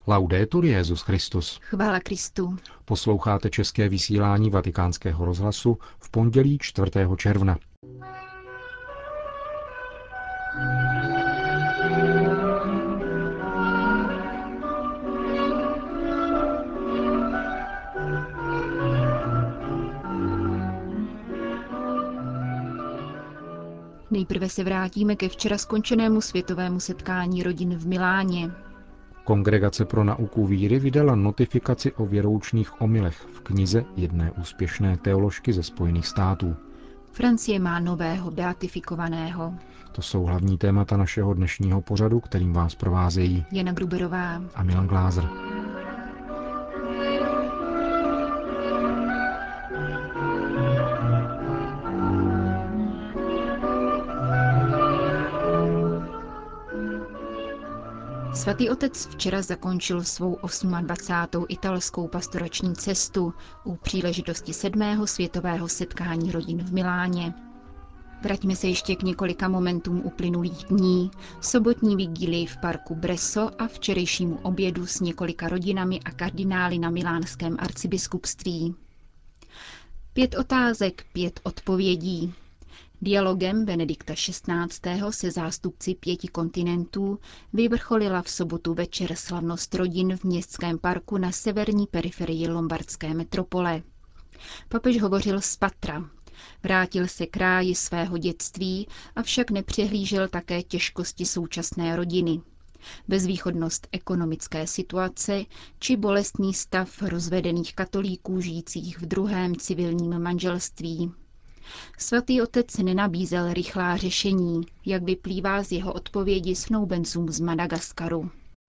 Laudetur Jesus Christus. Chvála Kristu. Posloucháte české vysílání Vatikánského rozhlasu v pondělí 4. června. Nejprve se vrátíme ke včera skončenému světovému setkání rodin v Miláně. Kongregace pro nauku víry vydala notifikaci o věroučných omylech v knize jedné úspěšné teoložky ze Spojených států. Francie má nového beatifikovaného. To jsou hlavní témata našeho dnešního pořadu, kterým vás provázejí Jana Gruberová a Milan Glázer. Svatý otec včera zakončil svou 28. italskou pastorační cestu u příležitosti 7. světového setkání rodin v Miláně. Vraťme se ještě k několika momentům uplynulých dní, sobotní vigílii v parku Bresso a včerejšímu obědu s několika rodinami a kardinály na milánském arcibiskupství. 5 otázek, 5 odpovědí. Dialogem Benedikta XVI. Se zástupci 5 kontinentů vyvrcholila v sobotu večer slavnost rodin v městském parku na severní periferii lombardské metropole. Papež hovořil z patra. Vrátil se k ráji svého dětství, avšak nepřehlížel také těžkosti současné rodiny. Bezvýchodnost ekonomické situace či bolestný stav rozvedených katolíků žijících v druhém civilním manželství. Svatý otec nenabízel rychlá řešení, jak vyplývá z jeho odpovědi snoubencům z Madagaskaru.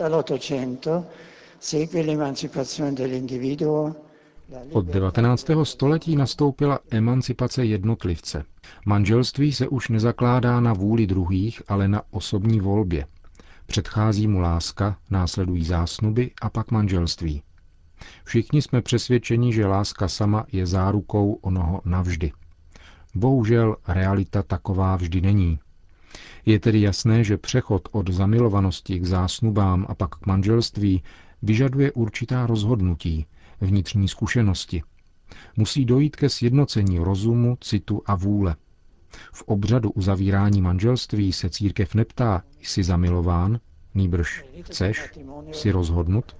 Od 19. století nastoupila emancipace jednotlivce. Manželství se už nezakládá na vůli druhých, ale na osobní volbě. Předchází mu láska, následují zásnuby a pak manželství. Všichni jsme přesvědčeni, že láska sama je zárukou onoho navždy. Bohužel realita taková vždy není. Je tedy jasné, že přechod od zamilovanosti k zásnubám a pak k manželství vyžaduje určitá rozhodnutí, vnitřní zkušenosti. Musí dojít ke sjednocení rozumu, citu a vůle. V obřadu uzavírání manželství se církev neptá, jsi zamilován, nýbrž chceš, jsi rozhodnut.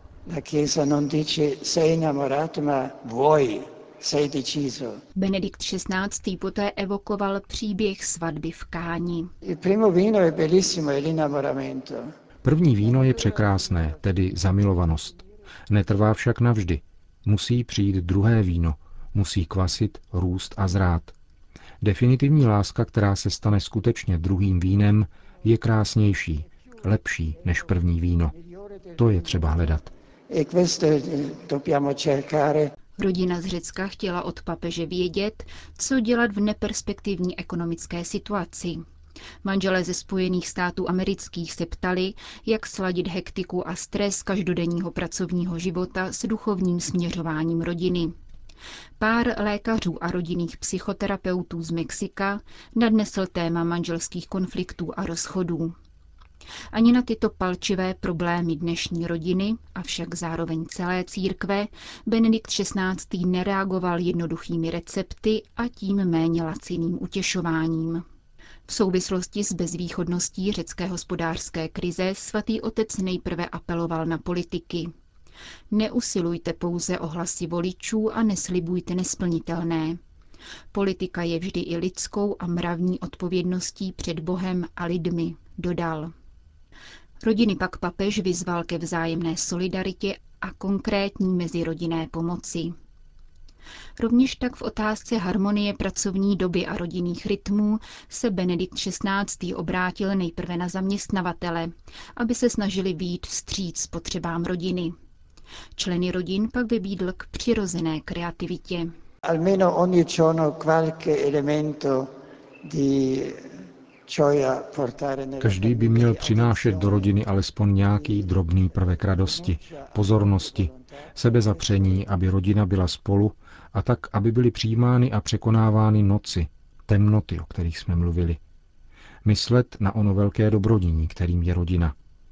Benedikt XVI. Poté evokoval příběh svatby v Káni. První víno je překrásné, tedy zamilovanost. Netrvá však navždy. Musí přijít druhé víno, musí kvasit, růst a zrát. Definitivní láska, která se stane skutečně druhým vínem, je krásnější, lepší než první víno. To je třeba hledat. Rodina z Řecka chtěla od papeže vědět, co dělat v neperspektivní ekonomické situaci. Manželé ze Spojených států amerických se ptali, jak sladit hektiku a stres každodenního pracovního života s duchovním směřováním rodiny. Pár lékařů a rodinných psychoterapeutů z Mexika nadnesl téma manželských konfliktů a rozchodů. Ani na tyto palčivé problémy dnešní rodiny, avšak zároveň celé církve, Benedikt XVI. Nereagoval jednoduchými recepty a tím méně laciným utěšováním. V souvislosti s bezvýchodností řecké hospodářské krize svatý otec nejprve apeloval na politiky. Neusilujte pouze o hlasy voličů a neslibujte nesplnitelné. Politika je vždy i lidskou a mravní odpovědností před Bohem a lidmi, dodal. Rodiny pak papež vyzval ke vzájemné solidaritě a konkrétní mezirodinné pomoci. Rovněž tak v otázce harmonie pracovní doby a rodinných rytmů se Benedikt XVI. Obrátil nejprve na zaměstnavatele, aby se snažili vyjít vstříc potřebám rodiny. Členy rodin pak vybídl k přirozené kreativitě. Almeno ogni giorno qualche elemento di gioia portare nella Každý by měl přinášet do rodiny alespoň nějaký drobný prvek radosti, pozornosti, sebezapření, aby rodina byla spolu a tak, aby byly přijímány a překonávány noci, temnoty, o kterých jsme mluvili. Myslet na ono velké dobrodiní, kterým je rodina.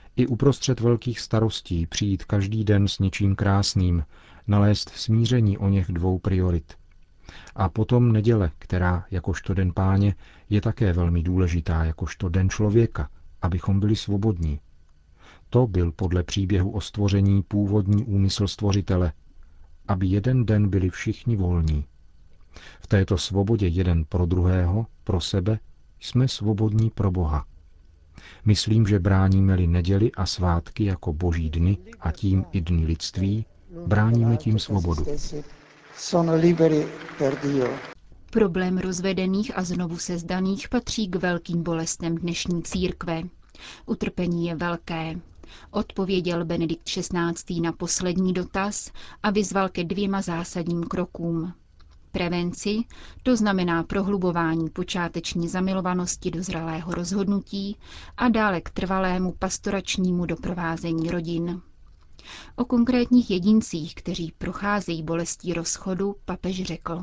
I uprostřed velkých starostí přijít každý den s něčím krásným, nalézt smíření o něch dvou priorit. A potom neděle, která jakožto den Páně je také velmi důležitá jakožto den člověka, abychom byli svobodní. To byl podle příběhu o stvoření původní úmysl Stvořitele, aby jeden den byli všichni volní. V této svobodě jeden pro druhého, pro sebe, jsme svobodní pro Boha. Myslím, že bráníme-li neděli a svátky jako boží dny a tím i dny lidství, bráníme tím svobodu. Problém rozvedených a znovu sezdaných patří k velkým bolestem dnešní církve. Utrpení je velké. Odpověděl Benedikt XVI. Na poslední dotaz a vyzval ke dvěma zásadním krokům. Prevenci, to znamená prohlubování počáteční zamilovanosti do zralého rozhodnutí a dále k trvalému pastoračnímu doprovázení rodin. O konkrétních jedincích, kteří procházejí bolestí rozchodu, papež řekl.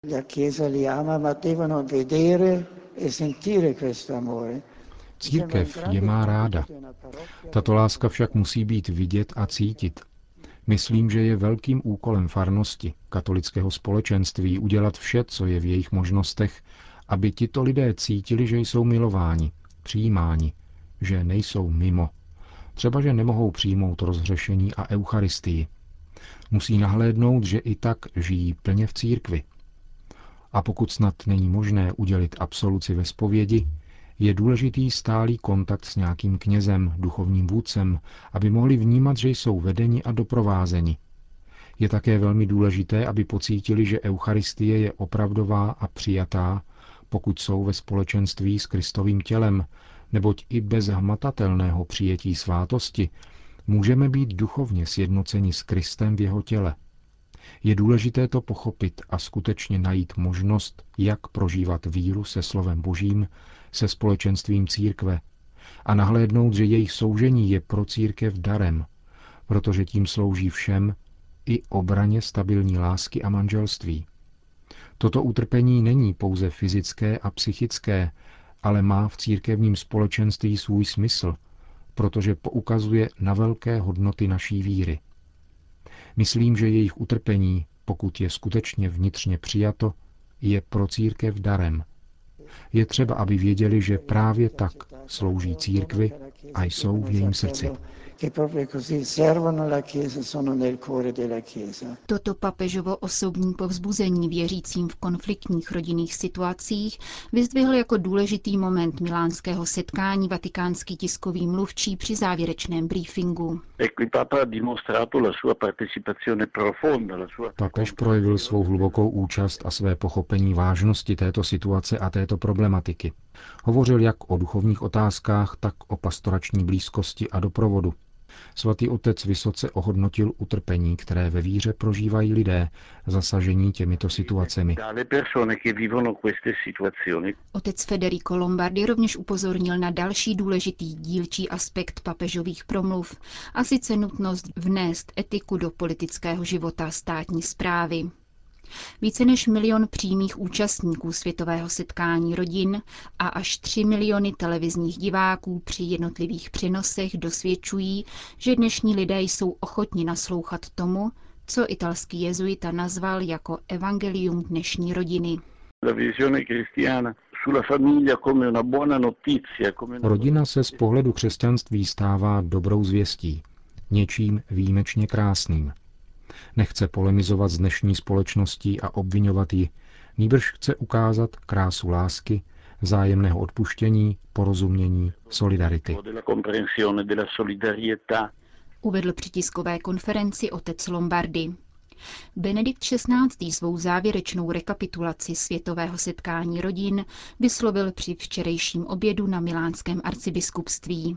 Církev je má ráda. Tato láska však musí být vidět a cítit. Myslím, že je velkým úkolem farnosti, katolického společenství, udělat vše, co je v jejich možnostech, aby tito lidé cítili, že jsou milováni, přijímáni, že nejsou mimo. Třeba, že nemohou přijmout rozhřešení a eucharistii. Musí nahlédnout, že i tak žijí plně v církvi. A pokud snad není možné udělit absoluci ve zpovědi, je důležitý stálý kontakt s nějakým knězem, duchovním vůdcem, aby mohli vnímat, že jsou vedeni a doprovázeni. Je také velmi důležité, aby pocítili, že eucharistie je opravdová a přijatá, pokud jsou ve společenství s Kristovým tělem, neboť i bez hmatatelného přijetí svátosti můžeme být duchovně sjednoceni s Kristem v jeho těle. Je důležité to pochopit a skutečně najít možnost, jak prožívat víru se slovem Božím, se společenstvím církve a nahlédnout, že jejich soužení je pro církev darem, protože tím slouží všem i obraně stabilní lásky a manželství. Toto utrpení není pouze fyzické a psychické, ale má v církevním společenství svůj smysl, protože poukazuje na velké hodnoty naší víry. Myslím, že jejich utrpení, pokud je skutečně vnitřně přijato, je pro církev darem. Je třeba, aby věděli, že právě tak slouží církvi a jsou v jejím srdci. Toto papežovo osobní povzbuzení věřícím v konfliktních rodinných situacích vyzdvihl jako důležitý moment milánského setkání vatikánský tiskový mluvčí při závěrečném briefingu. Papež projevil svou hlubokou účast a své pochopení vážnosti této situace a této problematiky. Hovořil jak o duchovních otázkách, tak o pastorační blízkosti a doprovodu. Svatý otec vysoce ohodnotil utrpení, které ve víře prožívají lidé, zasažení těmito situacemi. Otec Federico Lombardi rovněž upozornil na další důležitý dílčí aspekt papežových promluv, a sice nutnost vnést etiku do politického života státní správy. Více než 1 milion přímých účastníků světového setkání rodin a až 3 miliony televizních diváků při jednotlivých přenosech dosvědčují, že dnešní lidé jsou ochotni naslouchat tomu, co italský jezuita nazval jako evangelium dnešní rodiny. Rodina se z pohledu křesťanství stává dobrou zvěstí, něčím výjimečně krásným. Nechce polemizovat s dnešní společností a obvinovat ji, nýbrž chce ukázat krásu lásky, vzájemného odpuštění, porozumění, solidarity. Uvedl při tiskové konferenci otec Lombardi. Benedikt XVI. Svou závěrečnou rekapitulaci světového setkání rodin vyslovil při včerejším obědu na milánském arcibiskupství.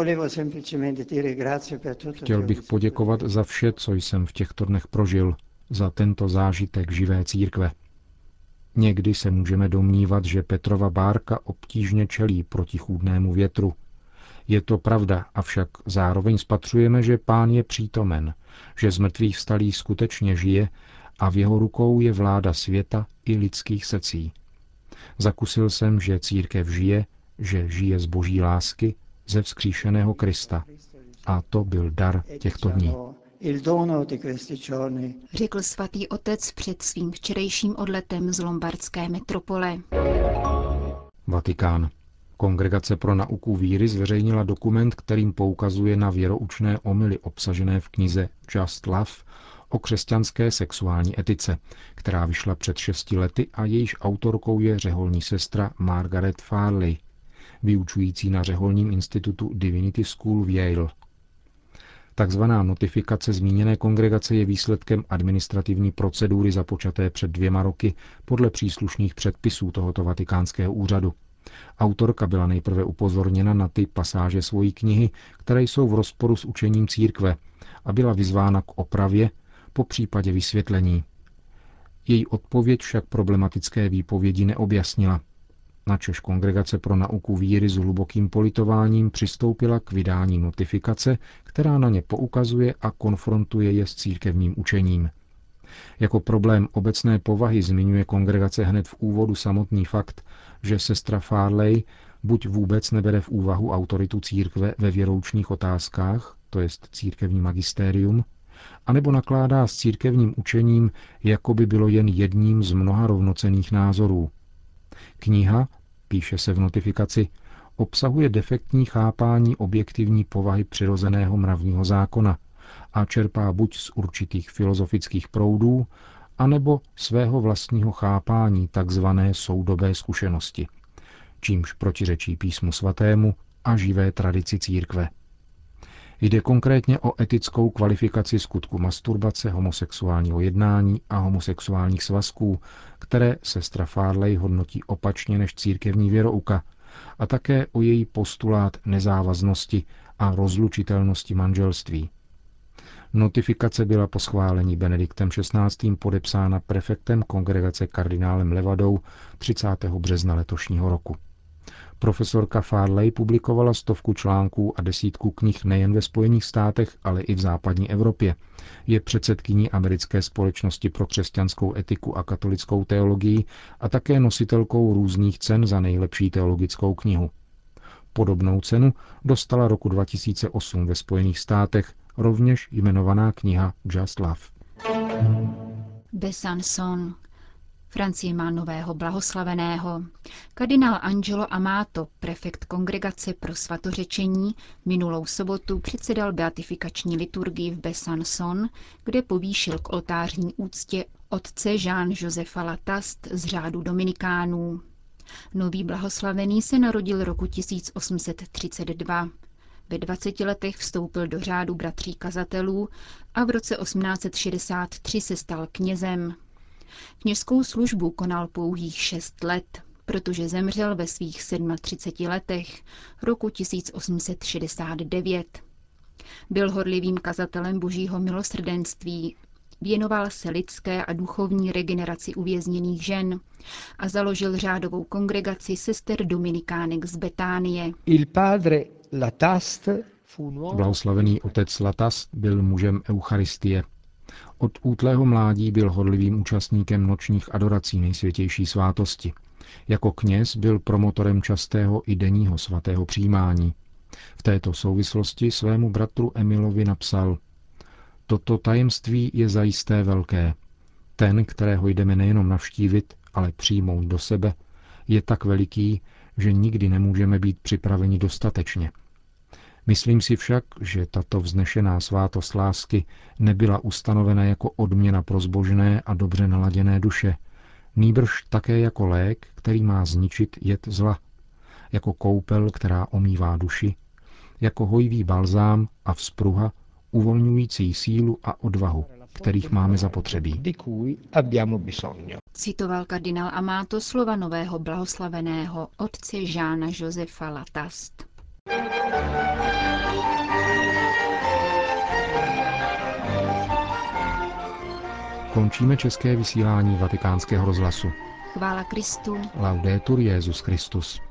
Chtěl bych poděkovat za vše, co jsem v těchto dnech prožil, za tento zážitek živé církve. Někdy se můžeme domnívat, že Petrova bárka obtížně čelí protichůdnému větru. Je to pravda, avšak zároveň spatřujeme, že Pán je přítomen, že z mrtvých vstalý skutečně žije a v jeho rukou je vláda světa i lidských srdcí. Zakusil jsem, že církev žije, že žije z boží lásky, ze vzkříšeného Krista A to byl dar těchto dní. Řekl svatý otec před svým včerejším odletem z lombardské metropole. Vatikán. Kongregace pro nauku víry zveřejnila dokument, kterým poukazuje na věroučné omyly obsažené v knize Just Love o křesťanské sexuální etice, která vyšla před 6 lety a jejíž autorkou je řeholní sestra Margaret Farley, vyučující na řeholním institutu Divinity School v Yale. Takzvaná notifikace zmíněné kongregace je výsledkem administrativní procedury započaté před 2 roky podle příslušných předpisů tohoto vatikánského úřadu. Autorka byla nejprve upozorněna na ty pasáže svojí knihy, které jsou v rozporu s učením církve, a byla vyzvána k opravě, po případě vysvětlení. Její odpověď však problematické výpovědi neobjasnila. Načež Kongregace pro nauku víry s hlubokým politováním přistoupila k vydání notifikace, která na ně poukazuje a konfrontuje je s církevním učením. Jako problém obecné povahy zmiňuje kongregace hned v úvodu samotný fakt, že sestra Farley buď vůbec nebere v úvahu autoritu církve ve věroučných otázkách, to jest církevní magistérium, anebo nakládá s církevním učením, jako by bylo jen jedním z mnoha rovnocenných názorů. Kniha, píše se v notifikaci, obsahuje defektní chápání objektivní povahy přirozeného mravního zákona a čerpá buď z určitých filozofických proudů, anebo svého vlastního chápání takzvané soudobé zkušenosti, čímž protiřečí Písmu svatému a živé tradici církve. Jde konkrétně o etickou kvalifikaci skutku masturbace, homosexuálního jednání a homosexuálních svazků, které sestra Farley hodnotí opačně než církevní věrouka, a také o její postulát nezávaznosti a rozlučitelnosti manželství. Notifikace byla po schválení Benediktem XVI. Podepsána prefektem kongregace kardinálem Levadou 30. března letošního roku. Profesorka Farley publikovala 100 článků a 10 knih nejen ve Spojených státech, ale i v západní Evropě. Je předsedkyní Americké společnosti pro křesťanskou etiku a katolickou teologii a také nositelkou různých cen za nejlepší teologickou knihu. Podobnou cenu dostala roku 2008 ve Spojených státech rovněž jmenovaná kniha Just Love. Besançon. Francie má nového blahoslaveného. Kardinál Angelo Amato, prefekt Kongregace pro svatořečení, minulou sobotu předsedal beatifikační liturgii v Besançon, kde povýšil k oltářní úctě otce Jean-Josepha Latast z řádu Dominikánů. Nový blahoslavený se narodil roku 1832. Ve 20 letech vstoupil do řádu bratří kazatelů a v roce 1863 se stal knězem. Kněžskou službu konal pouhých 6 let, protože zemřel ve svých 37 letech roku 1869. Byl horlivým kazatelem božího milosrdenství, věnoval se lidské a duchovní regeneraci uvězněných žen a založil řádovou kongregaci sester dominikánek z Betánie. Blahoslavený otec Latast byl mužem Eucharistie. Od útlého mládí byl horlivým účastníkem nočních adorací Nejsvětější svátosti. Jako kněz byl promotorem častého i denního svatého přijímání. V této souvislosti svému bratru Emilovi napsal: Toto tajemství je zajisté velké. Ten, kterého jdeme nejenom navštívit, ale přijmout do sebe, je tak veliký, že nikdy nemůžeme být připraveni dostatečně. Myslím si však, že tato vznešená svátost lásky nebyla ustanovena jako odměna pro zbožné a dobře naladěné duše, nýbrž také jako lék, který má zničit jed zla, jako koupel, která omývá duši, jako hojivý balzám a vzpruha, uvolňující sílu a odvahu, kterých máme zapotřebí. Citoval kardinál Amato slova nového blahoslaveného otce Jeana Josefa Latast. Končíme české vysílání Vatikánského rozhlasu. Chvála Kristu. Laudetur Jesus Christus.